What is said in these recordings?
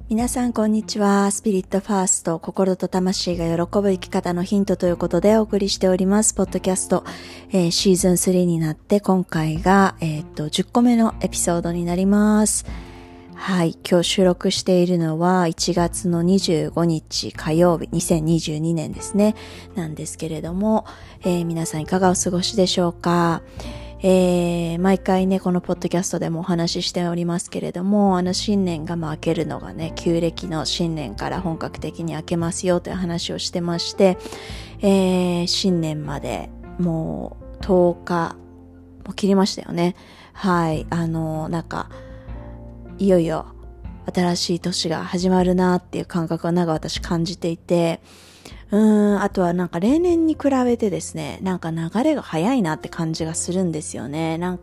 皆さんこんにちは。スピリットファースト、心と魂が喜ぶ生き方のヒントということでお送りしております。ポッドキャスト、シーズン3になって今回が、10個目のエピソードになります。はい、今日収録しているのは1月の25日火曜日、2022年ですね。なんですけれども、皆さんいかがお過ごしでしょうか。毎回ねこのポッドキャストでもお話ししておりますけれども、新年が明けるのがね、旧暦の新年から本格的に明けますよという話をしてまして、新年までもう10日も切りましたよね。はい、いよいよ新しい年が始まるなっていう感覚を私感じていて、あとは例年に比べてですね、流れが早いなって感じがするんですよね。なん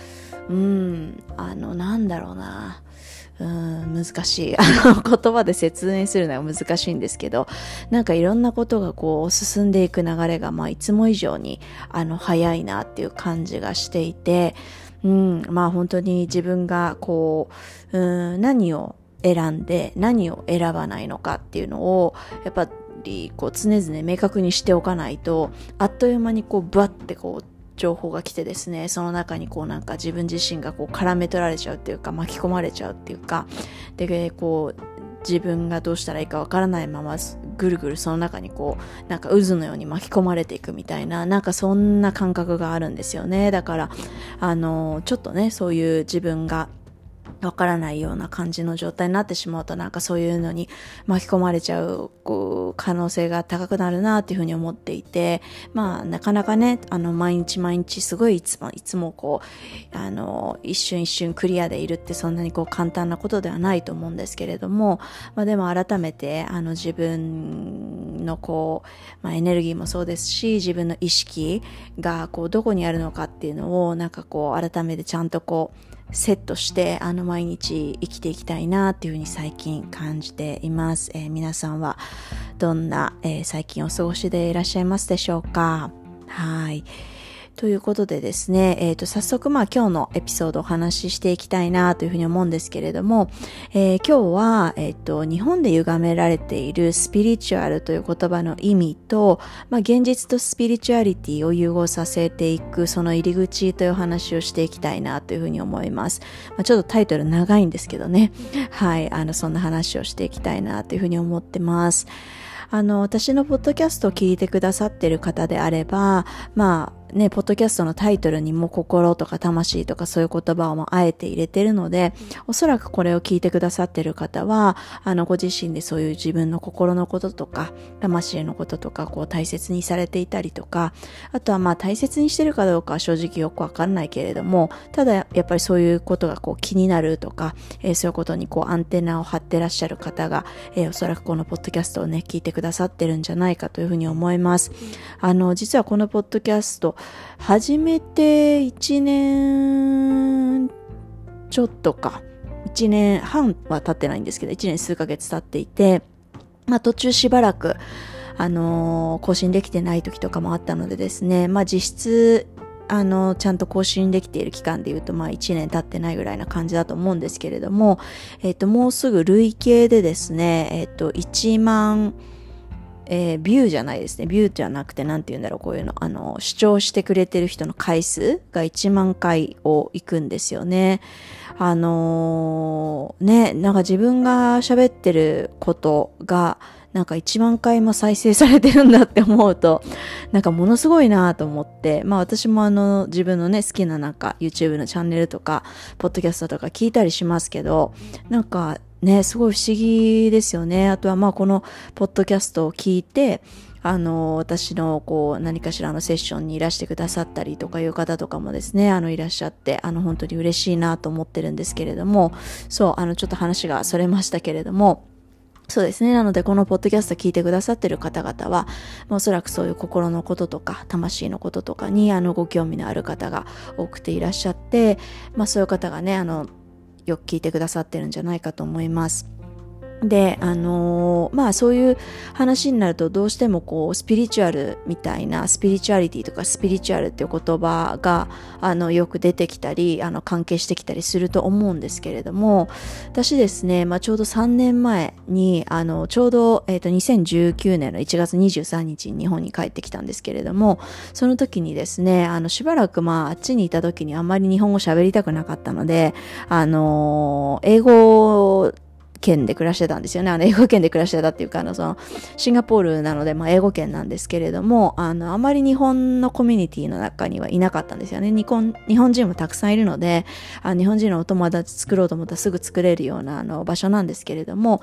だろうな。難しい。言葉で説明するのが難しいんですけど、いろんなことがこう進んでいく流れが、いつも以上に早いなっていう感じがしていて、本当に自分がこう、何を選んで何を選ばないのかっていうのをやっぱりこう常々明確にしておかないと、あっという間にこうブワッてこう情報が来てですね、その中にこう自分自身がこう絡め取られちゃうっていうか、巻き込まれちゃうっていうかで、こう自分がどうしたらいいかわからないままぐるぐるその中にこう渦のように巻き込まれていくみたいな、そんな感覚があるんですよね。だからちょっとね、そういう自分がわからないような感じの状態になってしまうと、そういうのに巻き込まれちゃう可能性が高くなるなっていうふうに思っていて、なかなかね、毎日すごいいつもこう一瞬一瞬クリアでいるってそんなにこう簡単なことではないと思うんですけれども、でも改めて自分のこう、エネルギーもそうですし、自分の意識がこうどこにあるのかっていうのをこう改めてちゃんとこうセットして毎日生きていきたいなっていうふうに最近感じています。皆さんはどんな、最近お過ごしでいらっしゃいますでしょうか。はい。ということでですね、早速今日のエピソードをお話ししていきたいなというふうに思うんですけれども、今日は、日本で歪められているスピリチュアルという言葉の意味と、現実とスピリチュアリティを融合させていくその入り口という話をしていきたいなというふうに思います。ちょっとタイトル長いんですけどね。はい、そんな話をしていきたいなというふうに思ってます。私のポッドキャストを聞いてくださっている方であれば、ポッドキャストのタイトルにも心とか魂とかそういう言葉をあえて入れてるので、おそらくこれを聞いてくださっている方は、ご自身でそういう自分の心のこととか、魂のこととか、こう大切にされていたりとか、あとは大切にしてるかどうかは正直よくわかんないけれども、ただやっぱりそういうことがこう気になるとか、そういうことにこうアンテナを張ってらっしゃる方が、おそらくこのポッドキャストをね、聞いてくださってるんじゃないかというふうに思います。実はこのポッドキャスト、始めて1年ちょっとか、1年半は経ってないんですけど、1年数ヶ月経っていて、途中しばらく、更新できてない時とかもあったのでですね、実質、ちゃんと更新できている期間で言うと、1年経ってないぐらいな感じだと思うんですけれども、もうすぐ累計でですね、1万、ビューじゃないですね。ビューじゃなくて、なんて言うんだろう、こういうの。視聴してくれてる人の回数が1万回をいくんですよね。自分が喋ってることが、1万回も再生されてるんだって思うと、ものすごいなと思って、私も自分のね、好きなYouTube のチャンネルとか、ポッドキャストとか聞いたりしますけど、すごい不思議ですよね。あとはこのポッドキャストを聞いて、私の何かしらのセッションにいらしてくださったりとかいう方とかもですね、いらっしゃって、本当に嬉しいなと思ってるんですけれども、そう、ちょっと話がそれましたけれども、そうですね。なので、このポッドキャスト聞いてくださってる方々は、おそらくそういう心のこととか、魂のこととかに、ご興味のある方が多くていらっしゃって、そういう方がね、よく聞いてくださってるんじゃないかと思います。 で、そういう話になるとどうしてもこうスピリチュアルみたいな、スピリチュアリティとかスピリチュアルっていう言葉がよく出てきたり関係してきたりすると思うんですけれども、私ですね、ちょうど3年前にちょうど、2019年の1月23日に日本に帰ってきたんですけれども、その時にですねしばらくあっちにいた時にあんまり日本語喋りたくなかったので英語圏で暮らしてたんですよね。英語圏で暮らしてたっていうか、そのシンガポールなので、英語圏なんですけれども、あまり日本のコミュニティの中にはいなかったんですよね。日本人もたくさんいるので、日本人のお友達作ろうと思ったらすぐ作れるような場所なんですけれども、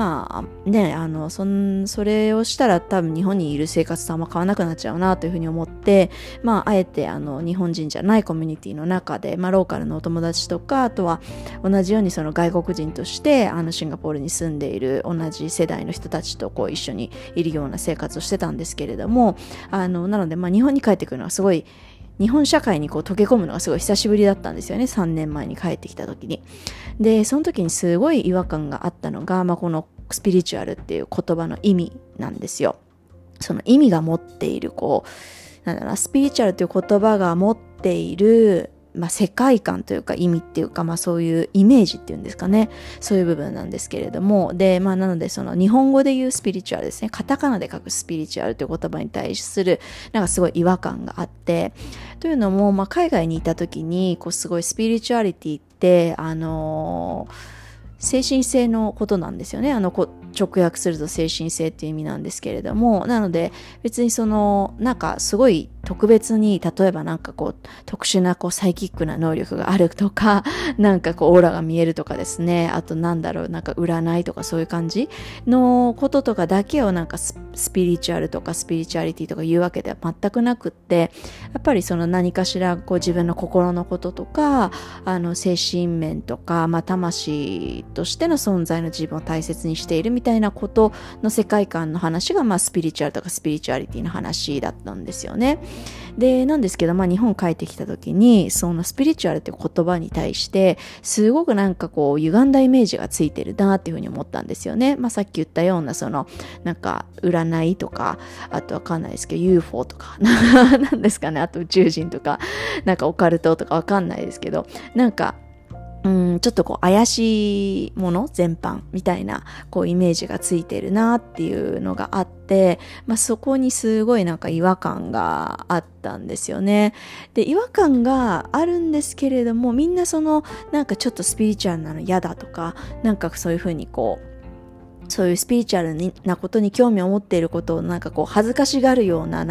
それをしたら多分日本にいる生活とあんま変わらなくなっちゃうなというふうに思って、あえて日本人じゃないコミュニティの中で、ローカルのお友達とか、あとは同じようにその外国人としてシンガポールに住んでいる同じ世代の人たちとこう一緒にいるような生活をしてたんですけれども、なので日本に帰ってくるのはすごい日本社会にこう溶け込むのがすごい久しぶりだったんですよね。3年前に帰ってきた時に。でその時にすごい違和感があったのが、このスピリチュアルっていう言葉の意味なんですよ。その意味が持っているスピリチュアルという言葉が持っている世界観というか意味っていうか、そういうイメージっていうんですかね、そういう部分なんですけれども、でなのでその日本語で言うスピリチュアルですね、カタカナで書くスピリチュアルという言葉に対するすごい違和感があって、というのも、海外にいた時にすごいスピリチュアリティって精神性のことなんですよね。直訳すると精神性っていう意味なんですけれども、なので別にすごい特別に、例えば特殊なサイキックな能力があるとか、オーラが見えるとかですね、あと占いとかそういう感じのこととかだけをスピリチュアルとかスピリチュアリティとか言うわけでは全くなくって、やっぱりその何かしら自分の心のこととか精神面とか、魂としての存在の自分を大切にしているみたいなことの世界観の話が、スピリチュアルとかスピリチュアリティの話だったんですよね。でなんですけど、日本帰ってきた時にそのスピリチュアルっていう言葉に対してすごく歪んだイメージがついてるなっていうふうに思ったんですよね。さっき言ったような占いとか、あとわかんないですけど UFO とかなんですかね、あと宇宙人とかオカルトとかわかんないですけど、ちょっと怪しいもの全般みたいなイメージがついてるなっていうのがあって、そこにすごい違和感があったんですよね。で違和感があるんですけれども、みんなちょっとスピリチュアルなの嫌だとか、そういうふうにそういうスピリチュアルなことに興味を持っていることを恥ずかしがるような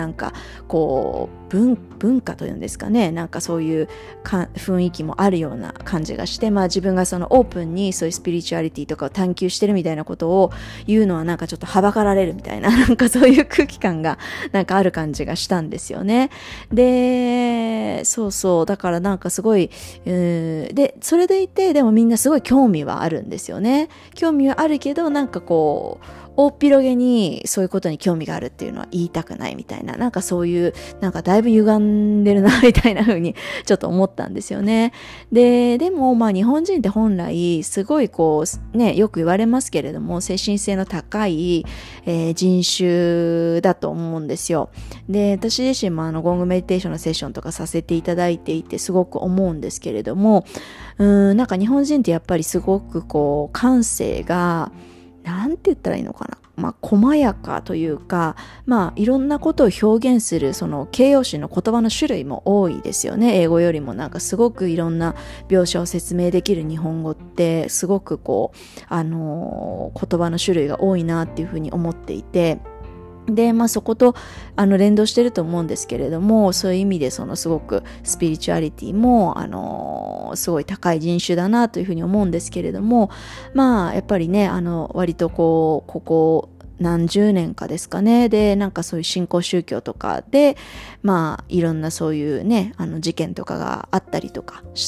文化というんですかね、そういう雰囲気もあるような感じがして、自分がそのオープンにそういうスピリチュアリティとかを探求してるみたいなことを言うのはちょっとはばかられるみたいなそういう空気感がある感じがしたんですよね。でそうだからすごいでそれでいて、でもみんなすごい興味はあるんですよね。興味はあるけど大っ広げにそういうことに興味があるっていうのは言いたくないみたいな、そういうだいぶ歪んでるなみたいな風にちょっと思ったんですよね。でも日本人って本来すごいよく言われますけれども、精神性の高い、人種だと思うんですよ。で私自身もゴングメディテーションのセッションとかさせていただいていてすごく思うんですけれども、日本人ってやっぱりすごく感性がなんて言ったらいいのかな、細やかというか、いろんなことを表現するその形容詞の言葉の種類も多いですよね。英語よりもすごくいろんな描写を説明できる日本語ってすごく言葉の種類が多いなっていうふうに思っていて、でそこと連動してると思うんですけれども、そういう意味ですごくスピリチュアリティもすごい高い人種だなというふうに思うんですけれども、やっぱりね割とここ何十年かですかね。でそういう新興宗教とかでいろんなそういうね事件とかがあったりとかした、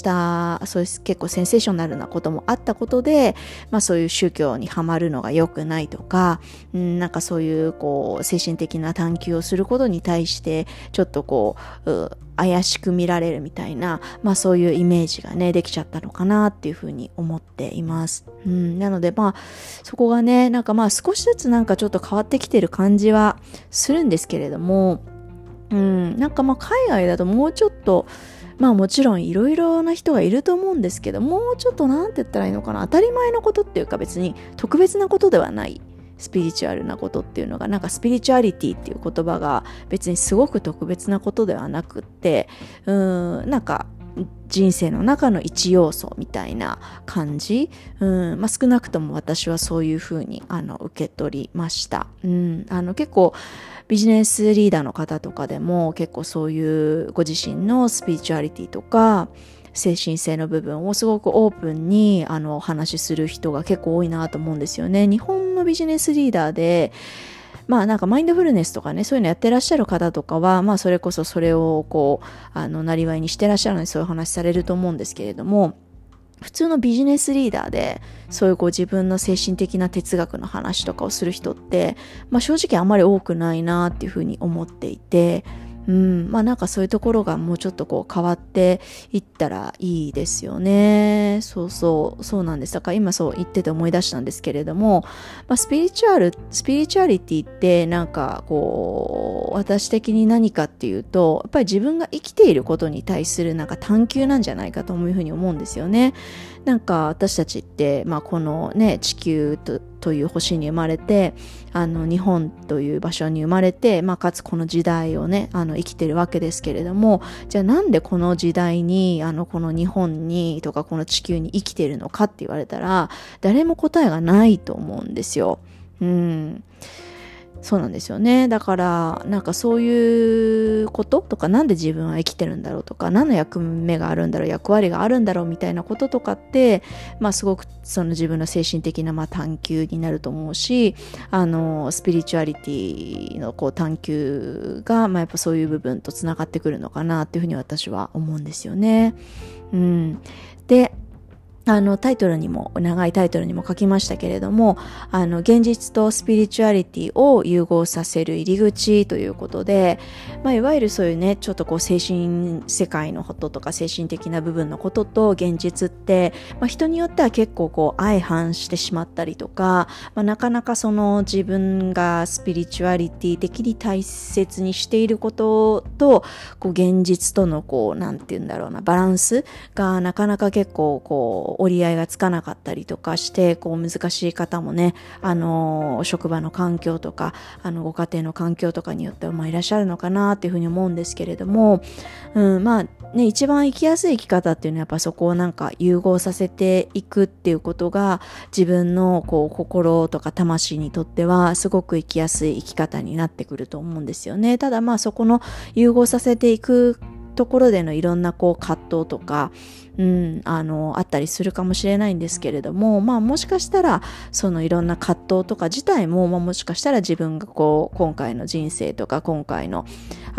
そういう結構センセーショナルなこともあったことで、そういう宗教にはまるのが良くないとか、そういう精神的な探求をすることに対してちょっと怪しく見られるみたいな、まあそういうイメージがね、できちゃったのかなっていうふうに思っています。なのでまあ、そこがね、なんかまあ少しずつなんかちょっと変わってきてる感じはするんですけれども、なんかまあ海外だともうちょっと、まあもちろんいろいろな人がいると思うんですけど、もうちょっとなんて言ったらいいのかな、当たり前のことっていうか別に特別なことではないスピリチュアルなことっていうのが、なんかスピリチュアリティっていう言葉が別にすごく特別なことではなくって、なんか人生の中の一要素みたいな感じ、まあ、少なくとも私はそういうふうに受け取りました。結構ビジネスリーダーの方とかでも結構そういうご自身のスピリチュアリティとか精神性の部分をすごくオープンにお話しする人が結構多いなと思うんですよね。日本のビジネスリーダーでまあなんかマインドフルネスとかね、そういうのやってらっしゃる方とかは、まあそれこそそれをこう、なりわいにしてらっしゃるのでそういう話されると思うんですけれども、普通のビジネスリーダーで、そういうこう自分の精神的な哲学の話とかをする人って、まあ正直あんまり多くないなっていうふうに思っていて、まあなんかそういうところがもうちょっとこう変わっていったらいいですよね。そうなんです。だから今そう言ってて思い出したんですけれども、まあスピリチュアリティってなんかこう、私的に何かっていうと、やっぱり自分が生きていることに対するなんか探求なんじゃないかというふうに思うんですよね。なんか私たちって、まあこのね、地球という星に生まれて、日本という場所に生まれて、まあ、かつこの時代をね、生きてるわけですけれども、じゃあなんでこの時代に、この日本にとかこの地球に生きてるのかって言われたら、誰も答えがないと思うんですよ。そうなんですよね。だから、なんかそういうこととか、なんで自分は生きてるんだろうとか、何の役目があるんだろう、役割があるんだろうみたいなこととかって、まあすごくその自分の精神的なまあ探求になると思うし、スピリチュアリティのこう探求が、まあやっぱそういう部分とつながってくるのかなっていうふうに私は思うんですよね。で、タイトルにも、長いタイトルにも書きましたけれども、現実とスピリチュアリティを融合させる入り口ということで、まあ、いわゆるそういうね、ちょっとこう精神世界のこととか精神的な部分のことと現実って、まあ、人によっては結構こう相反してしまったりとか、まあ、なかなかその自分がスピリチュアリティ的に大切にしていることと、こう現実とのこう、なんて言うんだろうな、バランスがなかなか結構こう、折り合いがつかなかったりとかして、こう難しい方もね、職場の環境とか、ご家庭の環境とかによっては、まあいらっしゃるのかなっていうふうに思うんですけれども、まあね、一番生きやすい生き方っていうのはやっぱそこをなんか融合させていくっていうことが、自分のこう心とか魂にとってはすごく生きやすい生き方になってくると思うんですよね。ただまあそこの融合させていくところでのいろんなこう葛藤とか、あったりするかもしれないんですけれども、まあもしかしたらそのいろんな葛藤とか自体も、まあ、もしかしたら自分がこう今回の人生とか今回の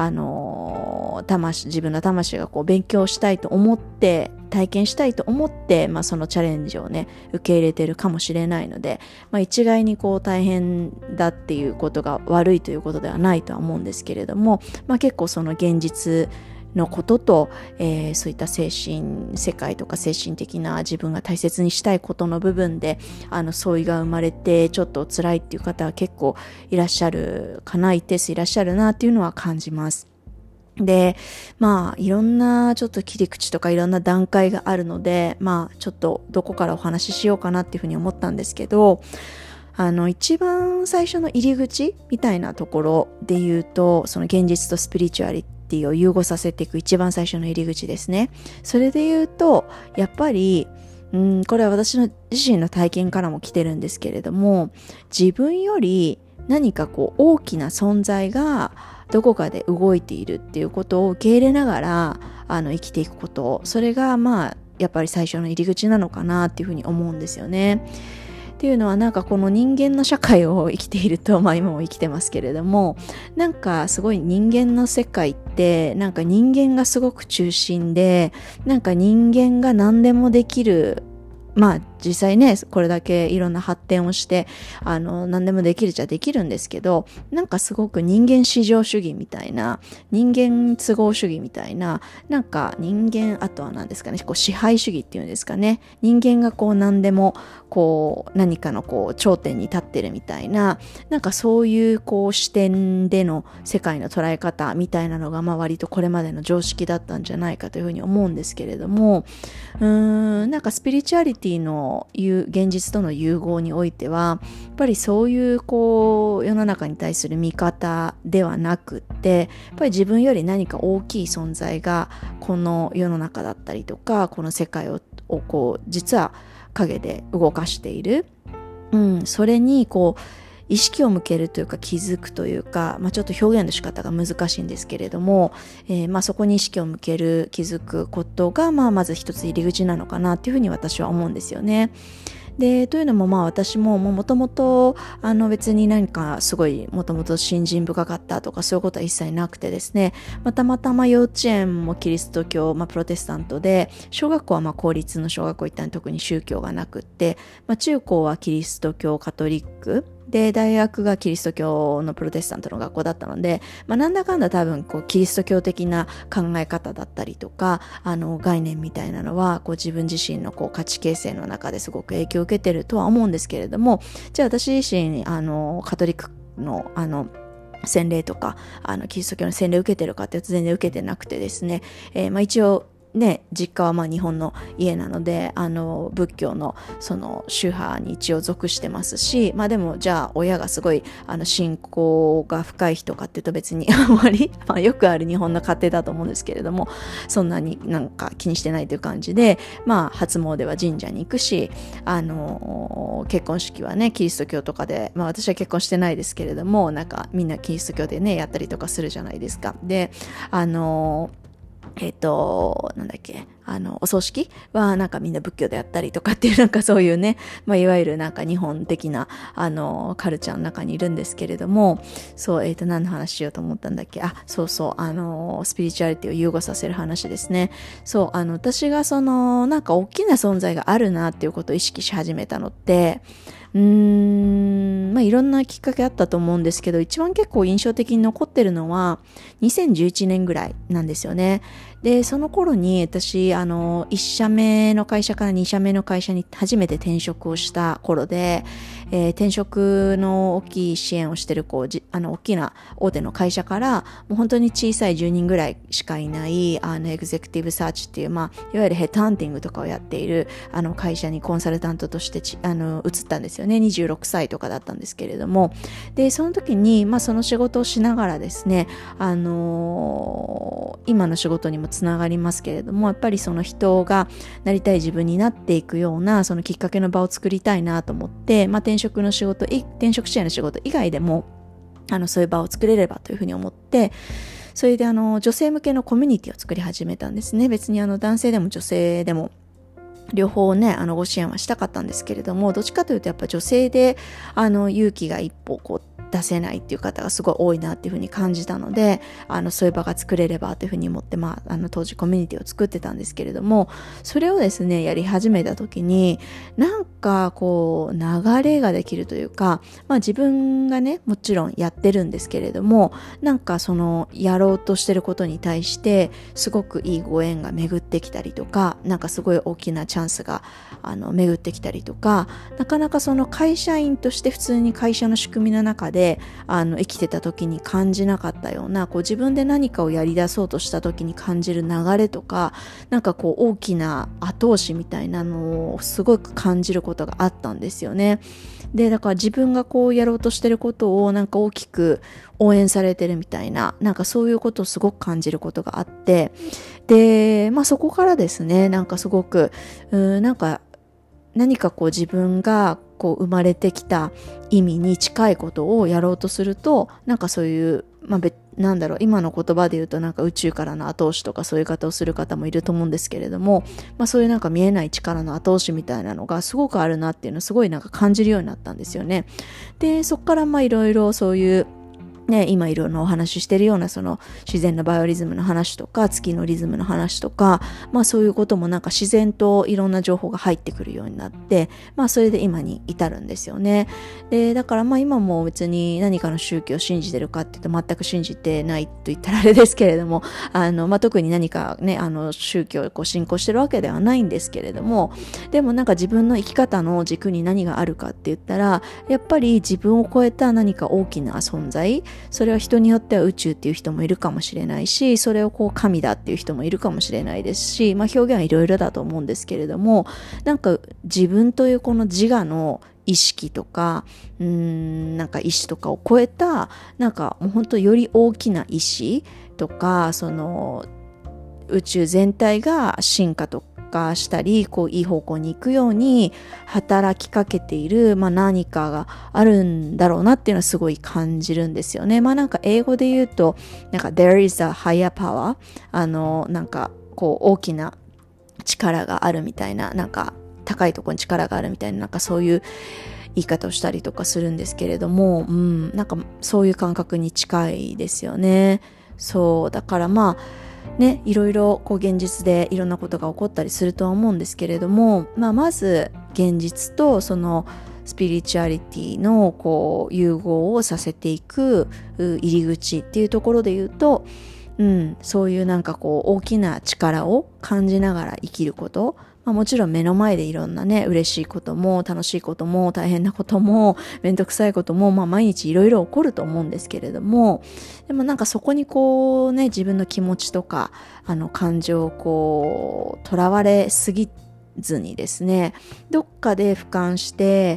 自分の魂がこう勉強したいと思って体験したいと思って、まあそのチャレンジをね受け入れてるかもしれないので、まあ一概にこう大変だっていうことが悪いということではないとは思うんですけれども、まあ結構その現実のことと、そういった精神世界とか精神的な自分が大切にしたいことの部分で相違が生まれてちょっと辛いっていう方は結構いらっしゃるかな、一定数いらっしゃるなっていうのは感じます。で、まあいろんなちょっと切り口とかいろんな段階があるので、まあちょっとどこからお話ししようかなっていうふうに思ったんですけど、一番最初の入り口みたいなところで言うと、その現実とスピリチュアリティを融合させていく一番最初の入り口ですね。それで言うと、やっぱり、これは私の自身の体験からも来てるんですけれども、自分より何かこう大きな存在がどこかで動いているっていうことを受け入れながら生きていくこと、それがまあやっぱり最初の入り口なのかなっていうふうに思うんですよね。っていうのはなんかこの人間の社会を生きていると、まあ今も生きてますけれども、なんかすごい人間の世界ってなんか人間がすごく中心で、なんか人間が何でもできる、まあ実際ね、これだけいろんな発展をして、何でもできるじゃできるんですけど、なんかすごく人間至上主義みたいな、人間都合主義みたいな、なんか人間、あとは何ですかね、こう支配主義っていうんですかね。人間がこう何でも、こう何かのこう頂点に立ってるみたいな、なんかそういうこう視点での世界の捉え方みたいなのが、割とこれまでの常識だったんじゃないかというふうに思うんですけれども、なんかスピリチュアリティの現実との融合においては、やっぱりそういうこう世の中に対する見方ではなくって、やっぱり自分より何か大きい存在がこの世の中だったりとか、この世界をこう実は影で動かしている、それにこう意識を向けるというか気づくというか、ちょっと表現の仕方が難しいんですけれども、そこに意識を向ける、気づくことが、まず一つ入り口なのかなっていうふうに私は思うんですよね。で、というのも私ももともと別に何かすごいもともと信心深かったとかそういうことは一切なくてですね、たまたま幼稚園もキリスト教、プロテスタントで、小学校は公立の小学校行ったの特に宗教がなくって、中高はキリスト教カトリックで、大学がキリスト教のプロテスタントの学校だったので、なんだかんだ多分こうキリスト教的な考え方だったりとか、概念みたいなのはこう自分自身のこう価値形成の中ですごく影響を受けてるとは思うんですけれども、じゃあ私自身カトリックの洗礼とかキリスト教の洗礼を受けてるかっていうと全然受けてなくてですね、一応ね、実家は日本の家なので仏教のその宗派に一応属してますし、でもじゃあ親がすごい信仰が深い人かっていうと別にあまり、よくある日本の家庭だと思うんですけれども、そんなになんか気にしてないという感じで、初詣は神社に行くし、結婚式はねキリスト教とかで、私は結婚してないですけれども、なんかみんなキリスト教でねやったりとかするじゃないですか。でなんだっけ、お葬式はなんかみんな仏教でやったりとかっていうなんかそういうね、いわゆるなんか日本的なカルチャーの中にいるんですけれども、そう、何の話しようと思ったんだっけ、そうそう、スピリチュアリティを融合させる話ですね。そう、私がそのなんか大きな存在があるなっていうことを意識し始めたのって、いろんなきっかけあったと思うんですけど、一番結構印象的に残ってるのは2011年ぐらいなんですよね。で、その頃に私1社目の会社から2社目の会社に初めて転職をした頃で、転職の大きい支援をしてる大きな大手の会社からもう本当に小さい10人ぐらいしかいないエグゼクティブサーチっていう、いわゆるヘッドハンティングとかをやっている会社にコンサルタントとして移ったんですよね。26歳とかだったんですけれども、でその時にその仕事をしながらですね、今の仕事にもつながりますけれども、やっぱりその人がなりたい自分になっていくようなそのきっかけの場を作りたいなと思って、転職支援の仕事以外でもそういう場を作れればというふうに思って、それで女性向けのコミュニティを作り始めたんですね。別に男性でも女性でも両方ねご支援はしたかったんですけれども、どっちかというとやっぱ女性で勇気が一歩こう出せないっていう方がすごい多いなっていうふうに感じたので、そういう場が作れればというふうに思って、当時コミュニティを作ってたんですけれども、それをですねやり始めた時になんかこう流れができるというか、自分がねもちろんやってるんですけれども、なんかそのやろうとしてることに対してすごくいいご縁が巡ってきたりとか、なんかすごい大きなチャンスが巡ってきたりとか、なかなかその会社員として普通に会社の仕組みの中で生きてた時に感じなかったような、こう自分で何かをやり出そうとした時に感じる流れとか、なんかこう大きな後押しみたいなのをすごく感じることがあったんですよね。で、だから自分がこうやろうとしてることをなんか大きく応援されてるみたいな、なんかそういうことをすごく感じることがあって、で、そこからですね、なんかすごくなんか何かこう自分がこう生まれてきた意味に近いことをやろうとすると、なんかそういう、なんだろう、今の言葉で言うとなんか宇宙からの後押しとかそういう方をする方もいると思うんですけれども、そういうなんか見えない力の後押しみたいなのがすごくあるなっていうのをすごいなんか感じるようになったんですよね。で、そこからいろいろそういうね、今いろんなお話ししてるようなその自然のバイオリズムの話とか月のリズムの話とか、そういうこともなんか自然といろんな情報が入ってくるようになって、それで今に至るんですよね。で、だから今も別に何かの宗教を信じてるかって言うと全く信じてないと言ったらあれですけれども、特に何かね、宗教を信仰してるわけではないんですけれども、でもなんか自分の生き方の軸に何があるかって言ったら、やっぱり自分を超えた何か大きな存在、それは人によっては宇宙っていう人もいるかもしれないし、それを神だっていう人もいるかもしれないですし、表現はいろいろだと思うんですけれども、なんか自分というこの自我の意識とか、なんか意志とかを超えた、なんかもう本当より大きな意志とか、その宇宙全体が進化とかしたり、いい方向に行くように働きかけている、何かがあるんだろうなっていうのはすごい感じるんですよね。なんか英語で言うと、なんか there is a higher power、なんか大きな力があるみたいな、なんか高いところに力があるみたいな、なんかそういう言い方をしたりとかするんですけれども、なんかそういう感覚に近いですよね。そうだからね、いろいろ現実でいろんなことが起こったりするとは思うんですけれども、まず現実とそのスピリチュアリティの融合をさせていく入り口っていうところで言うと、そういうなんか大きな力を感じながら生きること、もちろん目の前でいろんなね、嬉しいことも楽しいことも大変なこともめんどくさいことも毎日いろいろ起こると思うんですけれども、でもなんかそこに自分の気持ちとか感情をとらわれすぎずにですね、どっかで俯瞰して、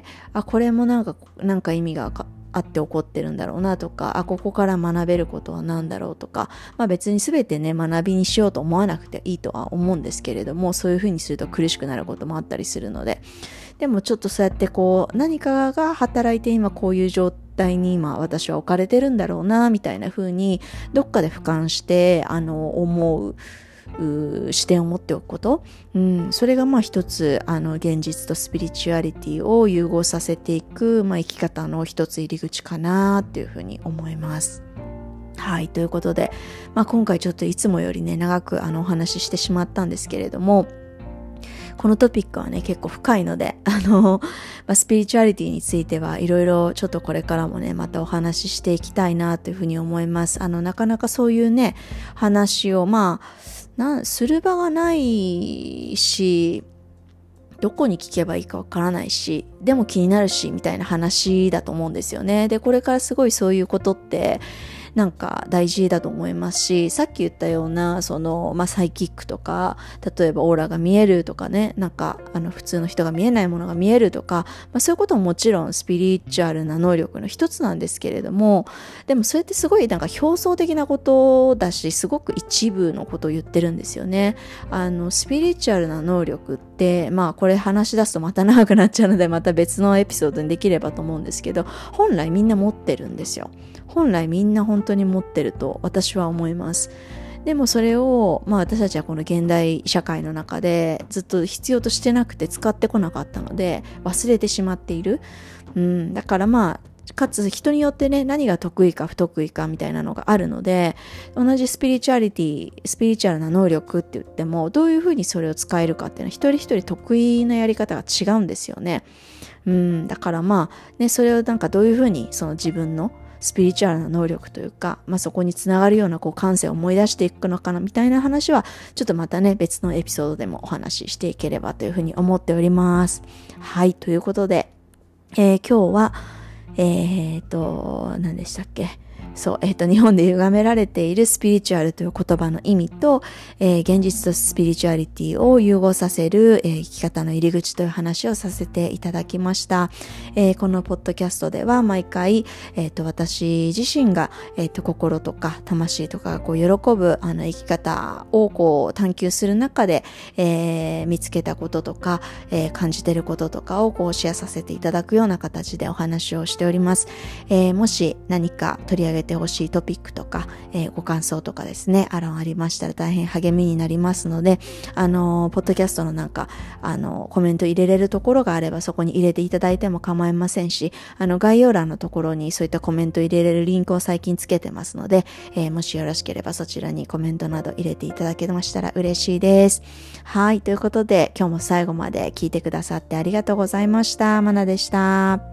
これもなんか意味があって起こってるんだろうなとか、ここから学べることは何だろうとか、別に全てね、学びにしようと思わなくていいとは思うんですけれども、そういうふうにすると苦しくなることもあったりするので、でもちょっとそうやって何かが働いて今こういう状態に今私は置かれてるんだろうなみたいなふうにどっかで俯瞰して思う視点を持っておくこと、それが一つ現実とスピリチュアリティを融合させていく、生き方の一つ入り口かなっていうふうに思います。はい、ということで、今回ちょっといつもよりね長くお話ししてしまったんですけれども、このトピックはね結構深いのでスピリチュアリティについてはいろいろちょっとこれからもねまたお話ししていきたいなというふうに思います。なかなかそういうね話をする場がないし、どこに聞けばいいかわからないし、でも気になるしみたいな話だと思うんですよね。で、これからすごいそういうことってなんか大事だと思いますし、さっき言ったようなそのサイキックとか、例えばオーラが見えるとかね、なんか普通の人が見えないものが見えるとか、そういうことももちろんスピリチュアルな能力の一つなんですけれども、でもそれってすごいなんか表層的なことだし、すごく一部のことを言ってるんですよね。スピリチュアルな能力ってこれ話し出すとまた長くなっちゃうので、また別のエピソードにできればと思うんですけど、本来みんな持ってるんですよ。本来みんな本当に持ってると私は思います。でもそれを私たちはこの現代社会の中でずっと必要としてなくて使ってこなかったので忘れてしまっている。だからかつ人によってね何が得意か不得意かみたいなのがあるので、同じスピリチュアルな能力って言ってもどういうふうにそれを使えるかっていうのは一人一人得意なやり方が違うんですよね。だからそれをなんかどういうふうにその自分のスピリチュアルな能力というか、そこにつながるような感性を思い出していくのかなみたいな話はちょっとまたね別のエピソードでもお話ししていければというふうに思っております。はい、ということで、今日は何でしたっけ？そう、日本で歪められているスピリチュアルという言葉の意味と、現実とスピリチュアリティを融合させる、生き方の入り口という話をさせていただきました。このポッドキャストでは毎回、私自身が、心とか魂とかが喜ぶ生き方を探求する中で、見つけたこととか、感じていることとかをシェアさせていただくような形でお話をしております。もし何か取り上げげてほしいトピックとか、ご感想とかですね、ありましたら大変励みになりますので、ポッドキャストのコメント入れれるところがあればそこに入れていただいても構いませんし、概要欄のところにそういったコメント入れれるリンクを最近つけてますので、もしよろしければそちらにコメントなど入れていただけましたら嬉しいです。はい、ということで今日も最後まで聞いてくださってありがとうございました。まなでした。